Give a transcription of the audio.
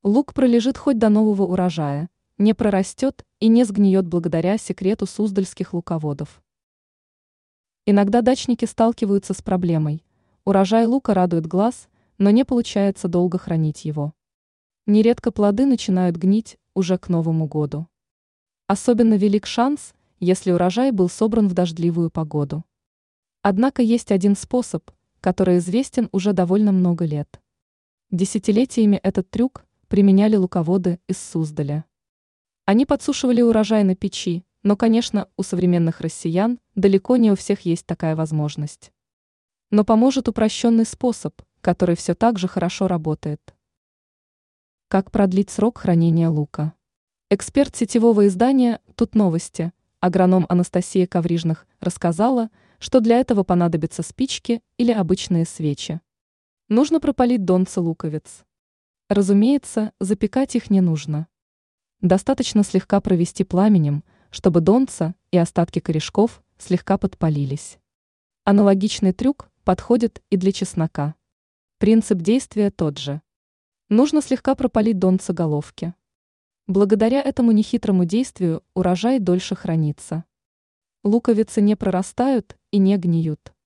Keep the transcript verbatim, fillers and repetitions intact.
Лук пролежит хоть до нового урожая, не прорастет и не сгниет благодаря секрету суздальских луководов. Иногда дачники сталкиваются с проблемой. Урожай лука радует глаз, но не получается долго хранить его. Нередко плоды начинают гнить уже к Новому году. Особенно велик шанс, если урожай был собран в дождливую погоду. Однако есть один способ, который известен уже довольно много лет. Десятилетиями этот трюк применяли луководы из Суздаля. Они подсушивали урожай на печи, но, конечно, у современных россиян далеко не у всех есть такая возможность. Но поможет упрощенный способ, который все так же хорошо работает. Как продлить срок хранения лука? Эксперт сетевого издания «Тут новости», агроном Анастасия Коврижных, рассказала, что для этого понадобятся спички или обычные свечи. Нужно пропалить донцы луковиц. Разумеется, запекать их не нужно. Достаточно слегка провести пламенем, чтобы донца и остатки корешков слегка подпалились. Аналогичный трюк подходит и для чеснока. Принцип действия тот же. Нужно слегка пропалить донца головки. Благодаря этому нехитрому действию урожай дольше хранится. Луковицы не прорастают и не гниют.